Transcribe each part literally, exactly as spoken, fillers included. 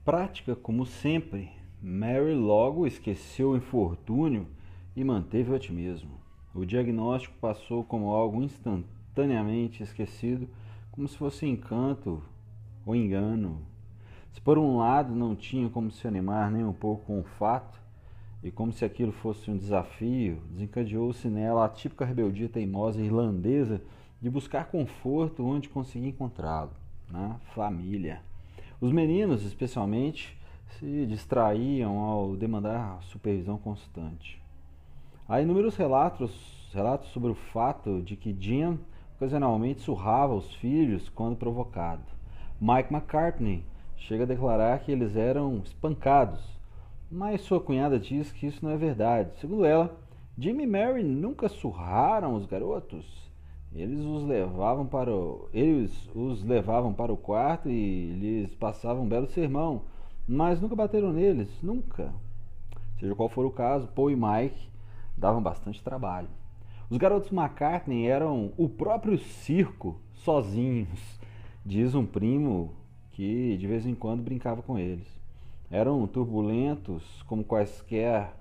Prática como sempre, Mary logo esqueceu o infortúnio e manteve o otimismo. O diagnóstico passou como algo instantaneamente esquecido, como se fosse encanto ou engano. Se por um lado não tinha como se animar nem um pouco com o fato, e como se aquilo fosse um desafio, desencadeou-se nela a típica rebeldia teimosa irlandesa de buscar conforto onde conseguia encontrá-lo, na família. Os meninos, especialmente, se distraíam ao demandar supervisão constante. Há inúmeros relatos, relatos sobre o fato de que Jim ocasionalmente surrava os filhos quando provocado. Mike McCartney chega a declarar que eles eram espancados, mas sua cunhada diz que isso não é verdade. Segundo ela, Jim e Mary nunca surraram os garotos. Eles os levavam para o, eles os levavam para o quarto e lhes passavam um belo sermão, mas nunca bateram neles, nunca. Seja qual for o caso, Paul e Mike davam bastante trabalho. Os garotos McCartney eram o próprio circo, sozinhos, diz um primo que de vez em quando brincava com eles. Eram turbulentos como quaisquer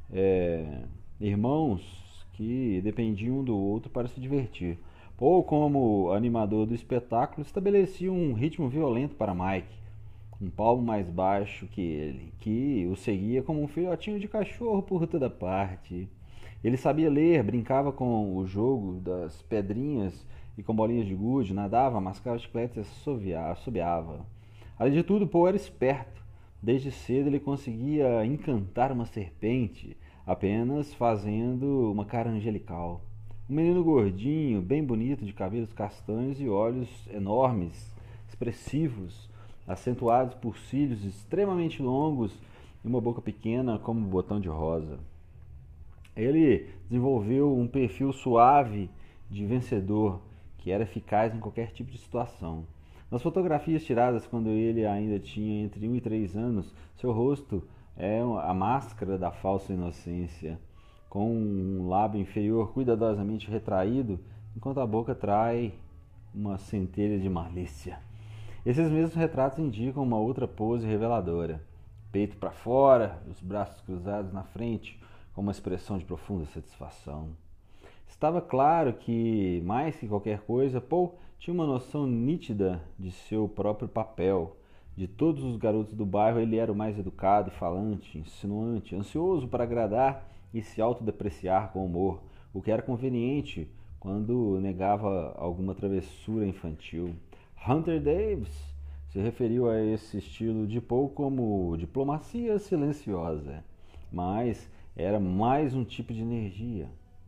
é, irmãos que dependiam um do outro para se divertir. Paul, como animador do espetáculo, estabelecia um ritmo violento para Mike, um palmo mais baixo que ele, que o seguia como um filhotinho de cachorro por toda parte. Ele sabia ler, brincava com o jogo das pedrinhas e com bolinhas de gude, nadava, mascava chicletes e assobiava. Além de tudo, Paul era esperto. Desde cedo ele conseguia encantar uma serpente, apenas fazendo uma cara angelical. Um menino gordinho, bem bonito, de cabelos castanhos e olhos enormes, expressivos, acentuados por cílios extremamente longos e uma boca pequena como um botão de rosa. Ele desenvolveu um perfil suave de vencedor, que era eficaz em qualquer tipo de situação. Nas fotografias tiradas quando ele ainda tinha entre um e três anos, seu rosto é a máscara da falsa inocência, com um lábio inferior cuidadosamente retraído, enquanto a boca trai uma centelha de malícia. Esses mesmos retratos indicam uma outra pose reveladora. Peito para fora, os braços cruzados na frente, com uma expressão de profunda satisfação. Estava claro que, mais que qualquer coisa, Paul tinha uma noção nítida de seu próprio papel. De todos os garotos do bairro, ele era o mais educado e falante, insinuante, ansioso para agradar e se autodepreciar com humor, o que era conveniente quando negava alguma travessura infantil. Hunter Davis se referiu a esse estilo de Paul como diplomacia silenciosa, mas era mais um tipo de energia.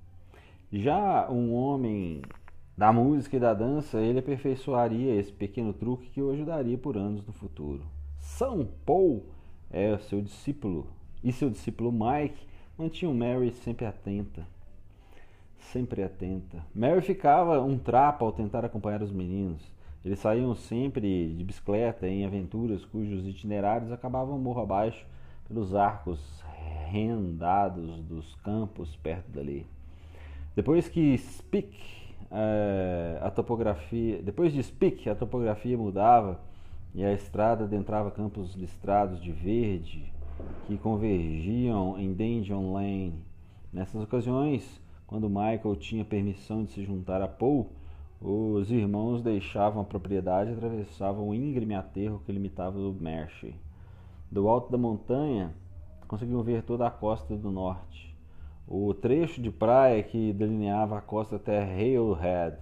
Já um homem da música e da dança, ele aperfeiçoaria esse pequeno truque que o ajudaria por anos no futuro. São Paul é seu discípulo, e seu discípulo Mike mantinham Mary sempre atenta. Sempre atenta. Mary ficava um trapo ao tentar acompanhar os meninos. Eles saíam sempre de bicicleta em aventuras cujos itinerários acabavam morro abaixo pelos arcos rendados dos campos perto dali. Depois que Speke, eh, a topografia, depois de Speke, a topografia mudava e a estrada adentrava campos listrados de verde que convergiam em Dandenong Lane. Nessas ocasiões, quando Michael tinha permissão de se juntar a Paul, os irmãos deixavam a propriedade e atravessavam o íngreme aterro que limitava o Mersey. Do alto da montanha, conseguiam ver toda a costa do norte. O trecho de praia que delineava a costa até Railhead,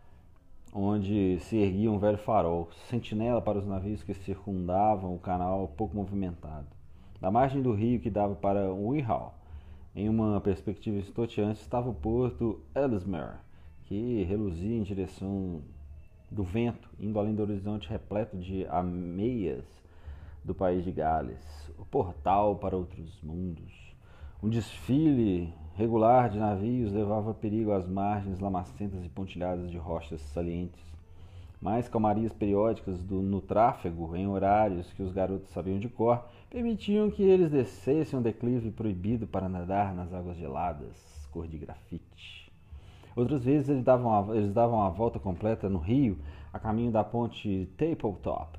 onde se erguia um velho farol, sentinela para os navios que circundavam o canal pouco movimentado. Da margem do rio que dava para Wirral, em uma perspectiva estonteante, estava o porto Ellesmere, que reluzia em direção do vento, indo além do horizonte repleto de ameias do país de Gales, o portal para outros mundos. Um desfile regular de navios levava perigo às margens lamacentas e pontilhadas de rochas salientes. Mais calmarias periódicas do, no tráfego, em horários que os garotos sabiam de cor, permitiam que eles descessem um declive proibido para nadar nas águas geladas, cor de grafite. Outras vezes eles davam a, eles davam a volta completa no rio, a caminho da ponte Tabletop,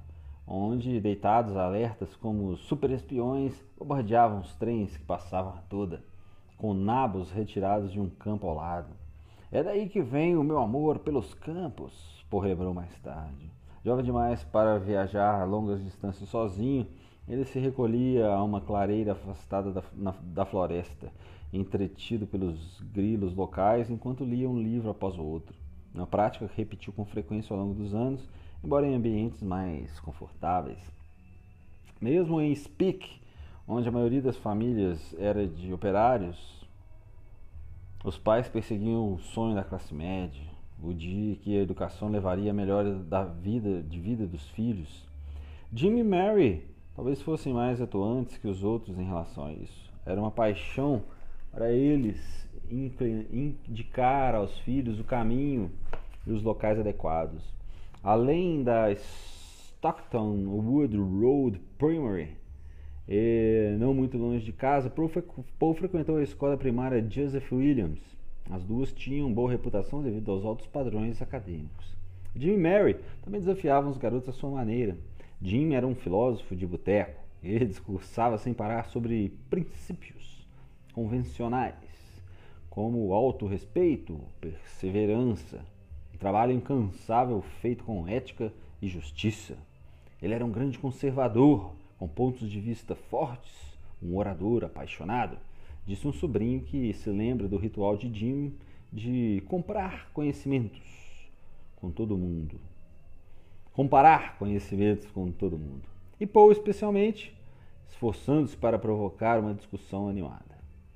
onde, deitados alertas como super-espiões, bombardeavam os trens que passavam a toda, com nabos retirados de um campo ao lado. É daí que vem o meu amor pelos campos, Poe lembrou mais tarde. Jovem demais para viajar longas distâncias sozinho, ele se recolhia a uma clareira afastada da, na, da floresta, entretido pelos grilos locais enquanto lia um livro após o outro. Na prática, repetiu com frequência ao longo dos anos, embora em ambientes mais confortáveis. Mesmo em Speke, onde a maioria das famílias era de operários, os pais perseguiam o sonho da classe média, o dia que a educação levaria a melhora da vida, de vida dos filhos. Jim e Mary talvez fossem mais atuantes que os outros em relação a isso. Era uma paixão para eles indicar aos filhos o caminho e os locais adequados. Além da Stockton Wood Road Primary, e não muito longe de casa, Poe frequentou a escola primária Joseph Williams. As duas tinham boa reputação devido aos altos padrões acadêmicos. Jim e Mary também desafiavam os garotos à sua maneira. Jim era um filósofo de boteco. Ele discursava sem parar sobre princípios convencionais, como autorrespeito, perseverança, um trabalho incansável feito com ética e justiça. Ele era um grande conservador, com pontos de vista fortes, um orador apaixonado, disse um sobrinho que se lembra do ritual de Jim de comprar conhecimentos com todo mundo. Comparar conhecimentos com todo mundo. E Poe, especialmente, esforçando-se para provocar uma discussão animada.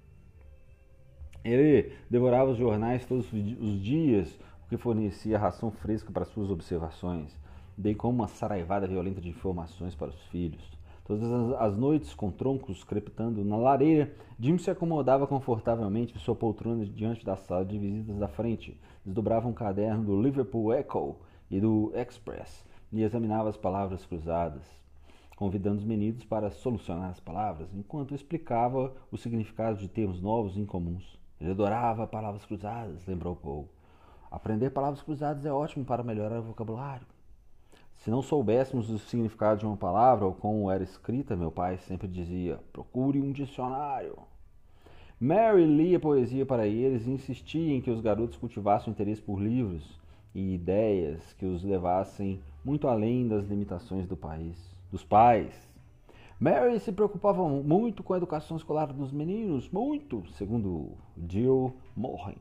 Ele devorava os jornais todos os dias, o que fornecia ração fresca para suas observações, bem como uma saraivada violenta de informações para os filhos. Todas as noites, com troncos crepitando na lareira, Jim se acomodava confortavelmente em sua poltrona diante da sala de visitas da frente, desdobrava um caderno do Liverpool Echo e do Express e examinava as palavras cruzadas, convidando os meninos para solucionar as palavras, enquanto explicava o significado de termos novos e incomuns. Ele adorava palavras cruzadas, lembrou Poe. Aprender palavras cruzadas é ótimo para melhorar o vocabulário. Se não soubéssemos o significado de uma palavra ou como era escrita, meu pai sempre dizia, procure um dicionário. Mary lia poesia para eles e insistia em que os garotos cultivassem o interesse por livros e ideias que os levassem muito além das limitações do país, dos pais. Mary se preocupava muito com a educação escolar dos meninos, muito, segundo Jill Mohan.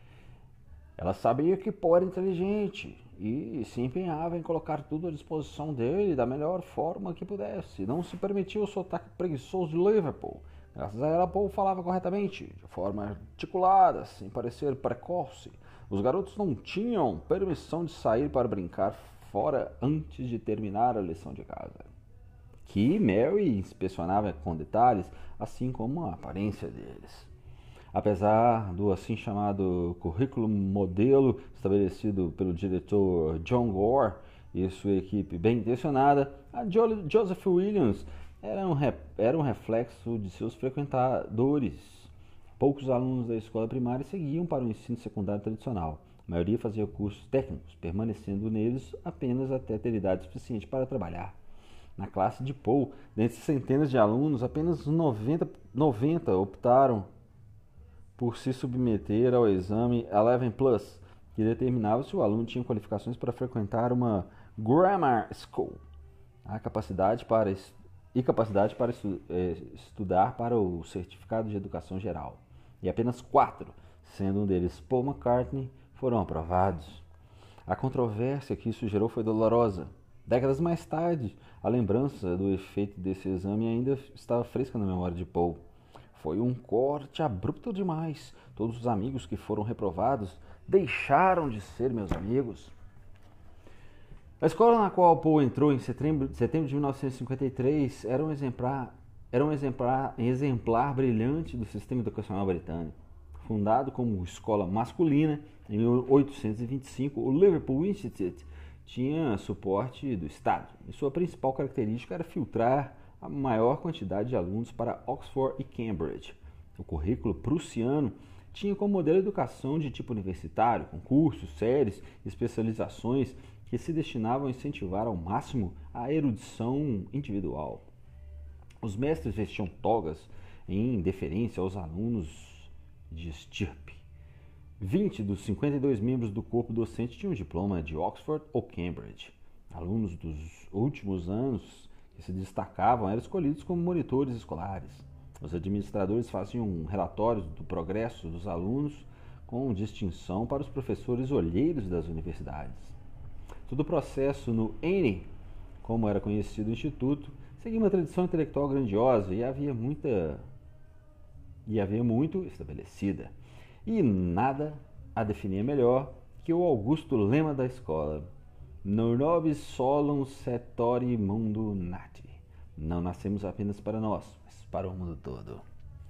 Ela sabia que Poe era inteligente e se empenhava em colocar tudo à disposição dele da melhor forma que pudesse. Não se permitia o sotaque preguiçoso de Liverpool. Graças a ela, Poe falava corretamente, de forma articulada, sem parecer precoce. Os garotos não tinham permissão de sair para brincar fora antes de terminar a lição de casa, que Mary inspecionava com detalhes, assim como a aparência deles. Apesar do assim chamado currículo modelo estabelecido pelo diretor John Gore e sua equipe bem intencionada, a Joseph Williams era um, era um reflexo de seus frequentadores. Poucos alunos da escola primária seguiam para o ensino secundário tradicional. A maioria fazia cursos técnicos, permanecendo neles apenas até ter idade suficiente para trabalhar. Na classe de Poe, dentre centenas de alunos, apenas noventa, noventa optaram por se submeter ao exame Eleven Plus, que determinava se o aluno tinha qualificações para frequentar uma Grammar School a capacidade para, e capacidade para estu, é, estudar para o Certificado de Educação Geral. E apenas quatro, sendo um deles Paul McCartney, foram aprovados. A controvérsia que isso gerou foi dolorosa. Décadas mais tarde, a lembrança do efeito desse exame ainda estava fresca na memória de Poe. Foi um corte abrupto demais. Todos os amigos que foram reprovados deixaram de ser meus amigos. A escola na qual Poe entrou em setembro, setembro de mil novecentos e cinquenta e três era um exemplar, era um exemplar, exemplar brilhante do sistema educacional britânico. Fundado como escola masculina em mil oitocentos e vinte e cinco, o Liverpool Institute tinha suporte do Estado, e sua principal característica era filtrar a maior quantidade de alunos para Oxford e Cambridge. O currículo prussiano tinha como modelo a educação de tipo universitário, com cursos, séries e especializações que se destinavam a incentivar ao máximo a a erudição individual. Os mestres vestiam togas em deferência aos alunos de estirpe. vinte dos cinquenta e dois membros do corpo docente tinham diploma de Oxford ou Cambridge. Alunos dos últimos anos que se destacavam eram escolhidos como monitores escolares. Os administradores faziam relatórios do progresso dos alunos com distinção para os professores olheiros das universidades. Todo o processo no N I, como era conhecido o instituto, seguia uma tradição intelectual grandiosa e havia muita e havia muito estabelecida. E nada a definia melhor que o augusto lema da escola: Non nobis solum setori mundo nati. Não nascemos apenas para nós, mas para o mundo todo.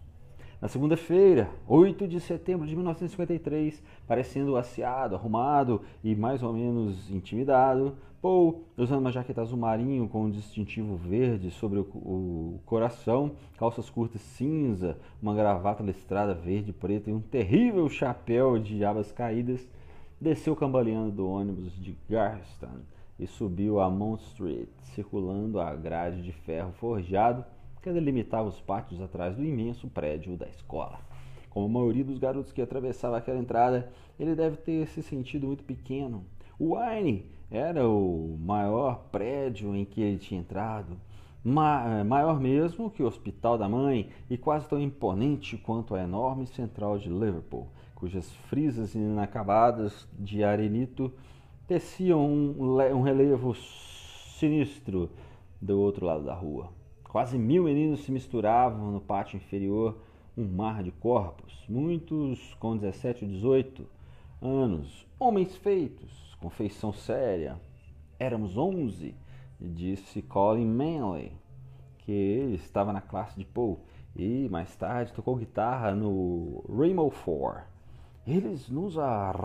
Na segunda-feira, oito de setembro de mil novecentos e cinquenta e três, parecendo aciado, arrumado e mais ou menos intimidado, Poe, usando uma jaqueta azul marinho com um distintivo verde sobre o, o coração, calças curtas cinza, uma gravata listrada verde e preta e um terrível chapéu de abas caídas, desceu cambaleando do ônibus de Garston e subiu a Mount Street, circulando a grade de ferro forjado que delimitava os pátios atrás do imenso prédio da escola. Como a maioria dos garotos que atravessavam aquela entrada, ele deve ter se sentido muito pequeno. O Wine era o maior prédio em que ele tinha entrado, ma- maior mesmo que o Hospital da Mãe e quase tão imponente quanto a enorme central de Liverpool, cujas frisas inacabadas de arenito teciam um, um relevo sinistro do outro lado da rua. Quase mil meninos se misturavam no pátio inferior, um mar de corpos, muitos com dezessete ou dezoito anos, homens feitos, com feição séria. Éramos onze, disse Colin Manley, que estava na classe de Poe e mais tarde tocou guitarra no Rainbow Four. Eles nos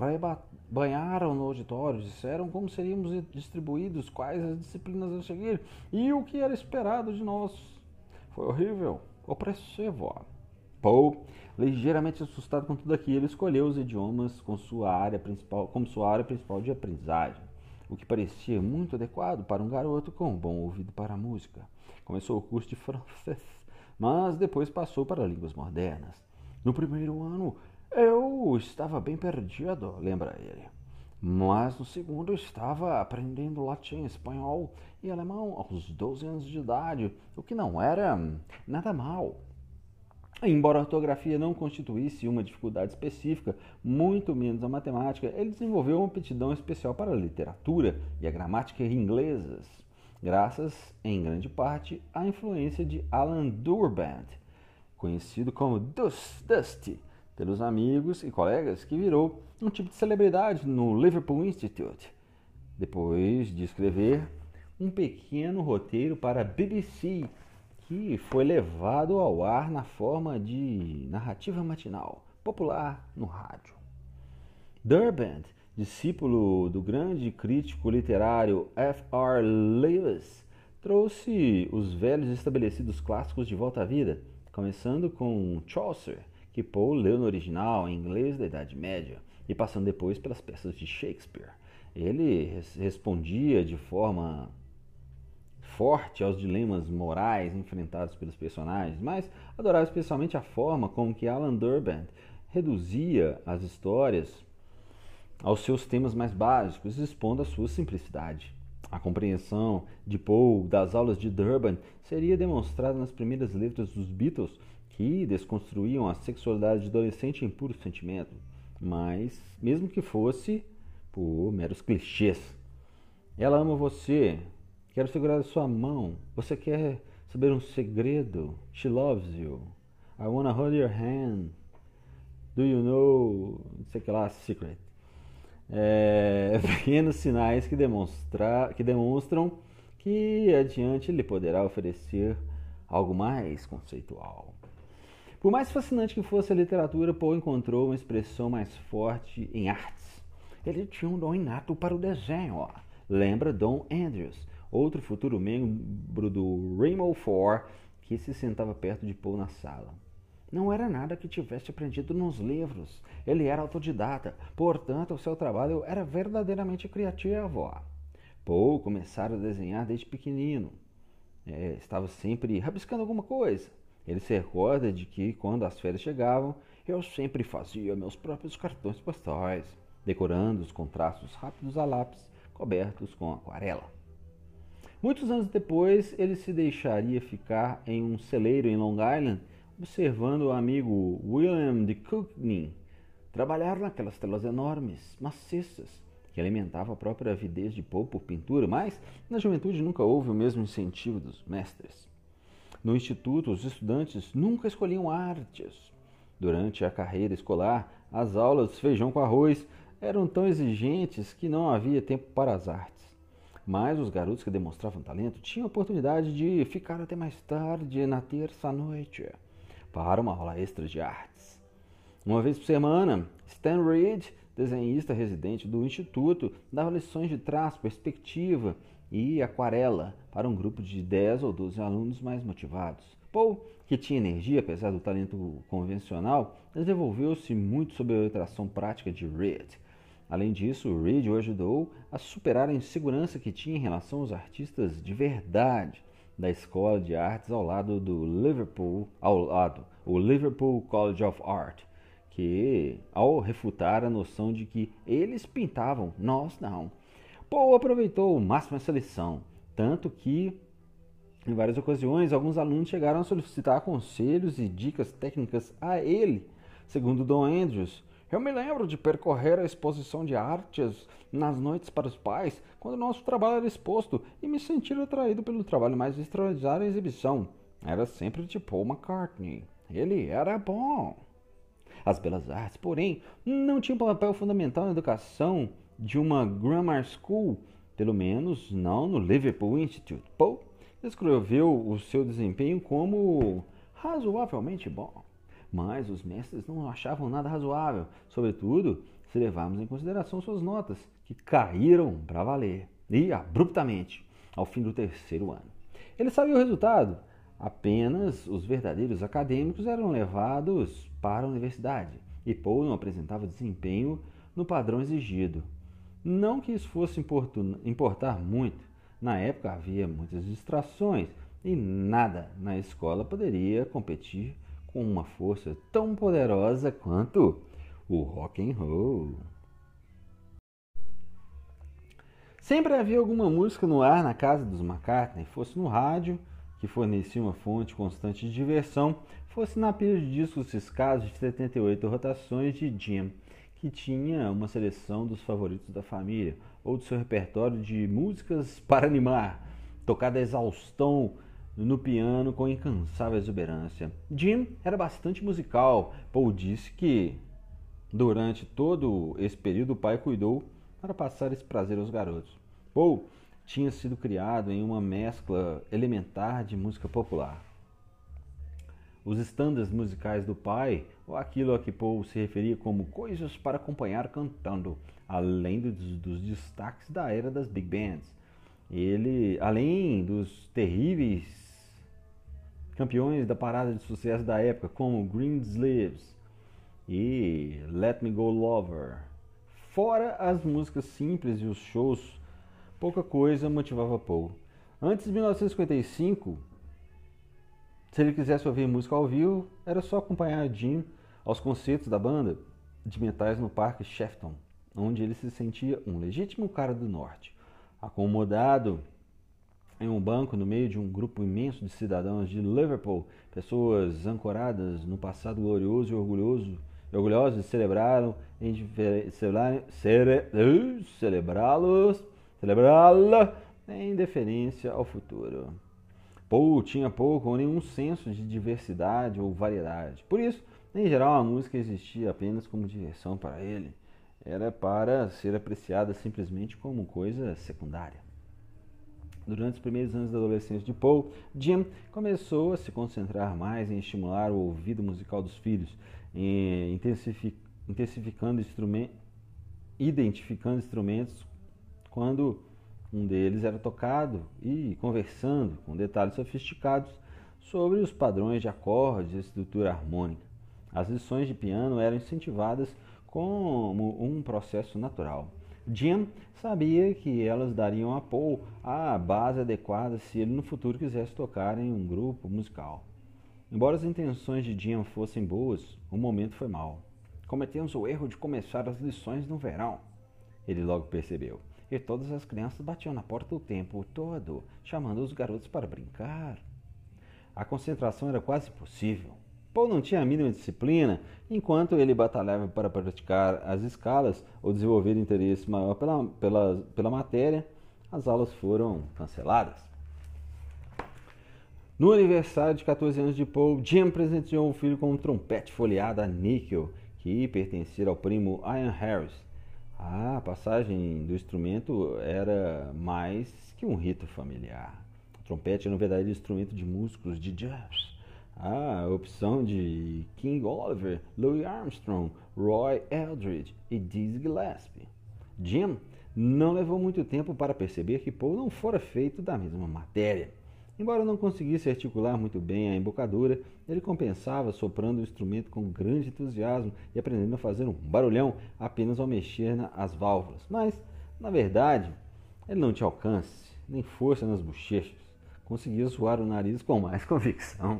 arrebanharam no auditório, disseram como seríamos distribuídos, quais as disciplinas a seguir e o que era esperado de nós. Foi horrível, opressivo. Poe, ligeiramente assustado com tudo aquilo, escolheu os idiomas com sua área principal, como sua área principal de aprendizagem, o que parecia muito adequado para um garoto com um bom ouvido para a música. Começou o curso de francês, mas depois passou para línguas modernas. No primeiro ano, eu estava bem perdido, lembra ele. Mas no segundo eu estava aprendendo latim, espanhol e alemão aos doze anos de idade, o que não era nada mal. Embora a ortografia não constituísse uma dificuldade específica, muito menos a matemática, ele desenvolveu uma aptidão especial para a literatura e a gramática inglesas, graças, em grande parte, à influência de Alan Durband, conhecido como Dusty pelos amigos e colegas, que virou um tipo de celebridade no Liverpool Institute, depois de escrever um pequeno roteiro para a B B C, que foi levado ao ar na forma de narrativa matinal, popular no rádio. Durband, discípulo do grande crítico literário F R Lewis, trouxe os velhos estabelecidos clássicos de volta à vida, começando com Chaucer, que Poe leu no original em inglês da Idade Média, e passando depois pelas peças de Shakespeare. Ele res- respondia de forma forte aos dilemas morais enfrentados pelos personagens, mas adorava especialmente a forma como que Alan Durband reduzia as histórias aos seus temas mais básicos, expondo a sua simplicidade. A compreensão de Poe das aulas de Durband seria demonstrada nas primeiras letras dos Beatles, que desconstruíam a sexualidade adolescente em puro sentimento, mas mesmo que fosse por meros clichês. Ela ama você, quero segurar a sua mão, você quer saber um segredo, she loves you, I wanna hold your hand, do you know, não sei o que lá, secret. É, pequenos sinais que, demonstra, que demonstram que adiante ele poderá oferecer algo mais conceitual. Por mais fascinante que fosse a literatura, Poe encontrou uma expressão mais forte em artes. Ele tinha um dom inato para o desenho. Ó. Lembra Don Andrews, outro futuro membro do Rainbow Four, que se sentava perto de Poe na sala. Não era nada que tivesse aprendido nos livros. Ele era autodidata, portanto, o seu trabalho era verdadeiramente criativo. Ó. Paul começara a desenhar desde pequenino. É, estava sempre rabiscando alguma coisa. Ele se recorda de que, quando as férias chegavam, eu sempre fazia meus próprios cartões postais, decorando-os com traços rápidos a lápis, cobertos com aquarela. Muitos anos depois, ele se deixaria ficar em um celeiro em Long Island, observando o amigo William de Kootenay trabalhar naquelas telas enormes, maciças, que alimentavam a própria avidez de Paul por pintura, mas na juventude nunca houve o mesmo incentivo dos mestres. No instituto, os estudantes nunca escolhiam artes. Durante a carreira escolar, as aulas de feijão com arroz eram tão exigentes que não havia tempo para as artes. Mas os garotos que demonstravam talento tinham a oportunidade de ficar até mais tarde na terça-noite para uma aula extra de artes. Uma vez por semana, Stan Reed, desenhista residente do instituto, dava lições de traço, perspectiva e aquarela para um grupo de dez ou doze alunos mais motivados. Paul, que tinha energia apesar do talento convencional, desenvolveu-se muito sob a orientação prática de Reed. Além disso, Reed o ajudou a superar a insegurança que tinha em relação aos artistas de verdade da Escola de Artes ao lado do Liverpool, ao lado, o Liverpool College of Art, que, ao refutar a noção de que eles pintavam, nós não, Paul aproveitou ao máximo essa lição, tanto que, em várias ocasiões, alguns alunos chegaram a solicitar conselhos e dicas técnicas a ele. Segundo Don Andrews, eu me lembro de percorrer a exposição de artes nas noites para os pais, quando nosso trabalho era exposto, e me sentir atraído pelo trabalho mais extraordinário da exibição. Era sempre de Paul McCartney. Ele era bom. As belas artes, porém, não tinham papel fundamental na educação de uma grammar school, pelo menos não no Liverpool Institute. Paul descreveu o seu desempenho como razoavelmente bom, mas os mestres não achavam nada razoável, sobretudo se levarmos em consideração suas notas, que caíram para valer, e abruptamente, ao fim do terceiro ano. Ele sabia o resultado. Apenas os verdadeiros acadêmicos eram levados para a universidade, e Paul não apresentava desempenho no padrão exigido. Não que isso fosse importar muito. Na época havia muitas distrações, e nada na escola poderia competir com uma força tão poderosa quanto o rock and roll. Sempre havia alguma música no ar na casa dos McCartney, fosse no rádio, que fornecia uma fonte constante de diversão, fosse na pilha de discos ciscados de setenta e oito rotações de Jim, que tinha uma seleção dos favoritos da família, ou do seu repertório de músicas para animar, tocada a exaustão no piano com incansável exuberância. Jim era bastante musical. Paul disse que, durante todo esse período, o pai cuidou para passar esse prazer aos garotos. Paul tinha sido criado em uma mescla elementar de música popular. Os estándares musicais do pai, ou aquilo a que Paul se referia como coisas para acompanhar cantando, além dos, dos destaques da era das big bands. Ele, além dos terríveis campeões da parada de sucesso da época, como Greensleeves e Let Me Go Lover, fora as músicas simples e os shows, pouca coisa motivava Paul. Antes de mil novecentos e cinquenta e cinco, se ele quisesse ouvir música ao vivo, era só acompanhar Jim aos concertos da banda de metais no Parque Shefton, onde ele se sentia um legítimo cara do norte, acomodado em um banco no meio de um grupo imenso de cidadãos de Liverpool, pessoas ancoradas no passado glorioso e orgulhoso, orgulhosos de celebrá-lo em cele, celebrá-los, celebrá-la em deferência ao futuro. Paul tinha pouco ou nenhum senso de diversidade ou variedade. Por isso, em geral, a música existia apenas como diversão para ele. Era para ser apreciada simplesmente como coisa secundária. Durante os primeiros anos da adolescência de Paul, Jim começou a se concentrar mais em estimular o ouvido musical dos filhos, intensificando instrumentos, identificando instrumentos quando um deles era tocado e conversando com detalhes sofisticados sobre os padrões de acordes e estrutura harmônica. As lições de piano eram incentivadas como um processo natural. Jim sabia que elas dariam a Paul a base adequada se ele no futuro quisesse tocar em um grupo musical. Embora as intenções de Jim fossem boas, o momento foi mau. Cometemos o erro de começar as lições no verão, ele logo percebeu. E todas as crianças batiam na porta o tempo todo, chamando os garotos para brincar. A concentração era quase impossível. Paul não tinha a mínima disciplina, enquanto ele batalhava para praticar as escalas ou desenvolver interesse maior pela, pela, pela matéria, as aulas foram canceladas. No aniversário de quatorze anos de Paul, Jim presenteou o filho com um trompete folheado a níquel, que pertencia ao primo Ian Harris. A passagem do instrumento era mais que um rito familiar. O trompete era um verdadeiro instrumento de músicos de jazz. A opção de King Oliver, Louis Armstrong, Roy Eldridge e Dizzy Gillespie. Jim não levou muito tempo para perceber que Paul não fora feito da mesma matéria. Embora não conseguisse articular muito bem a embocadura, ele compensava soprando o instrumento com grande entusiasmo e aprendendo a fazer um barulhão apenas ao mexer as válvulas. Mas, na verdade, ele não tinha alcance, nem força nas bochechas. Conseguia suar o nariz com mais convicção.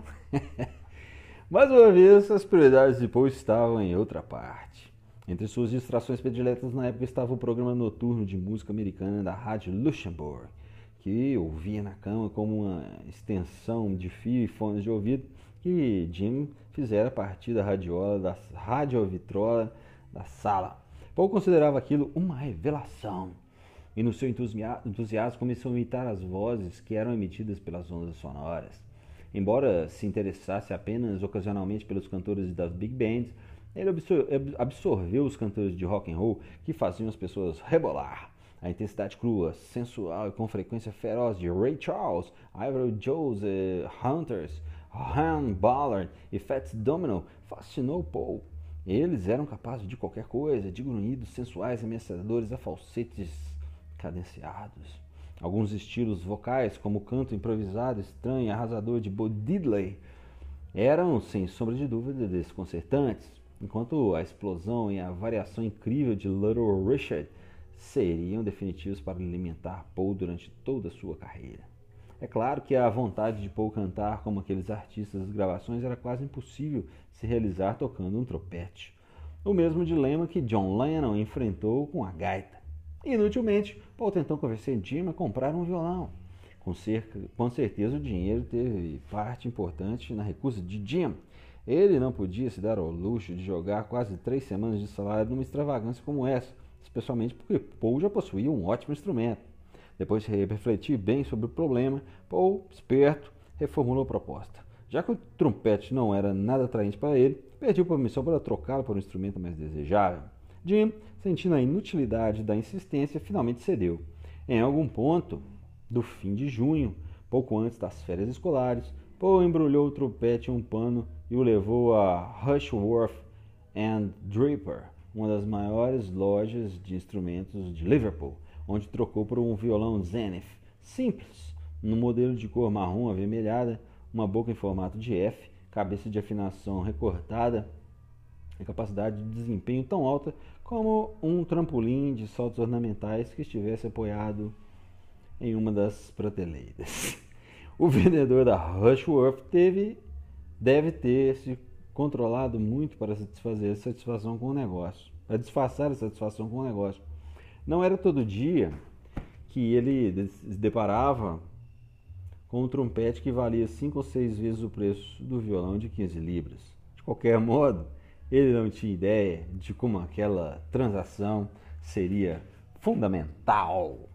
Mais uma vez, as prioridades de Paul estavam em outra parte. Entre suas distrações prediletas na época estava o programa noturno de música americana da Rádio Luxembourg, que ouvia na cama como uma extensão de fio e fones de ouvido que Jim fizera a partir da radiola, da radiovitrola da sala. Paul considerava aquilo uma revelação e no seu entusiasmo começou a imitar as vozes que eram emitidas pelas ondas sonoras. Embora se interessasse apenas ocasionalmente pelos cantores das big bands, ele absorveu os cantores de rock and roll que faziam as pessoas rebolar. A intensidade crua, sensual e com frequência feroz de Ray Charles, Ivory Joseph, Hunters, Han Ballard e Fats Domino fascinou Paul. Eles eram capazes de qualquer coisa, de grunhidos sensuais e ameaçadores a falsetes cadenciados. Alguns estilos vocais, como o canto improvisado, estranho e arrasador de Bo Diddley, eram, sem sombra de dúvida, desconcertantes, enquanto a explosão e a variação incrível de Little Richard seriam definitivos para alimentar Paul durante toda a sua carreira. É claro que a vontade de Paul cantar como aqueles artistas das gravações era quase impossível se realizar tocando um trompete. O mesmo dilema que John Lennon enfrentou com a gaita. Inutilmente, Paul tentou convencer Jim a comprar um violão. Com, cerca, com certeza o dinheiro teve parte importante na recusa de Jim. Ele não podia se dar ao luxo de jogar quase três semanas de salário numa extravagância como essa, especialmente porque Paul já possuía um ótimo instrumento. Depois de refletir bem sobre o problema, Paul, esperto, reformulou a proposta. Já que o trompete não era nada atraente para ele, pediu permissão para trocá-lo por um instrumento mais desejável. Jim, sentindo a inutilidade da insistência, finalmente cedeu. Em algum ponto do fim de junho, pouco antes das férias escolares, Paul embrulhou o trompete em um pano e o levou a Rushworth and Draper, uma das maiores lojas de instrumentos de Liverpool, onde trocou por um violão Zenith, simples, no modelo de cor marrom avermelhada, uma boca em formato de F, cabeça de afinação recortada e capacidade de desempenho tão alta como um trampolim de saltos ornamentais que estivesse apoiado em uma das prateleiras. O vendedor da Rushworth teve, deve ter se controlado muito para satisfazer a satisfação com o negócio, para disfarçar a satisfação com o negócio. Não era todo dia que ele se deparava com um trompete que valia cinco ou seis vezes o preço do violão de quinze libras. De qualquer modo, ele não tinha ideia de como aquela transação seria fundamental.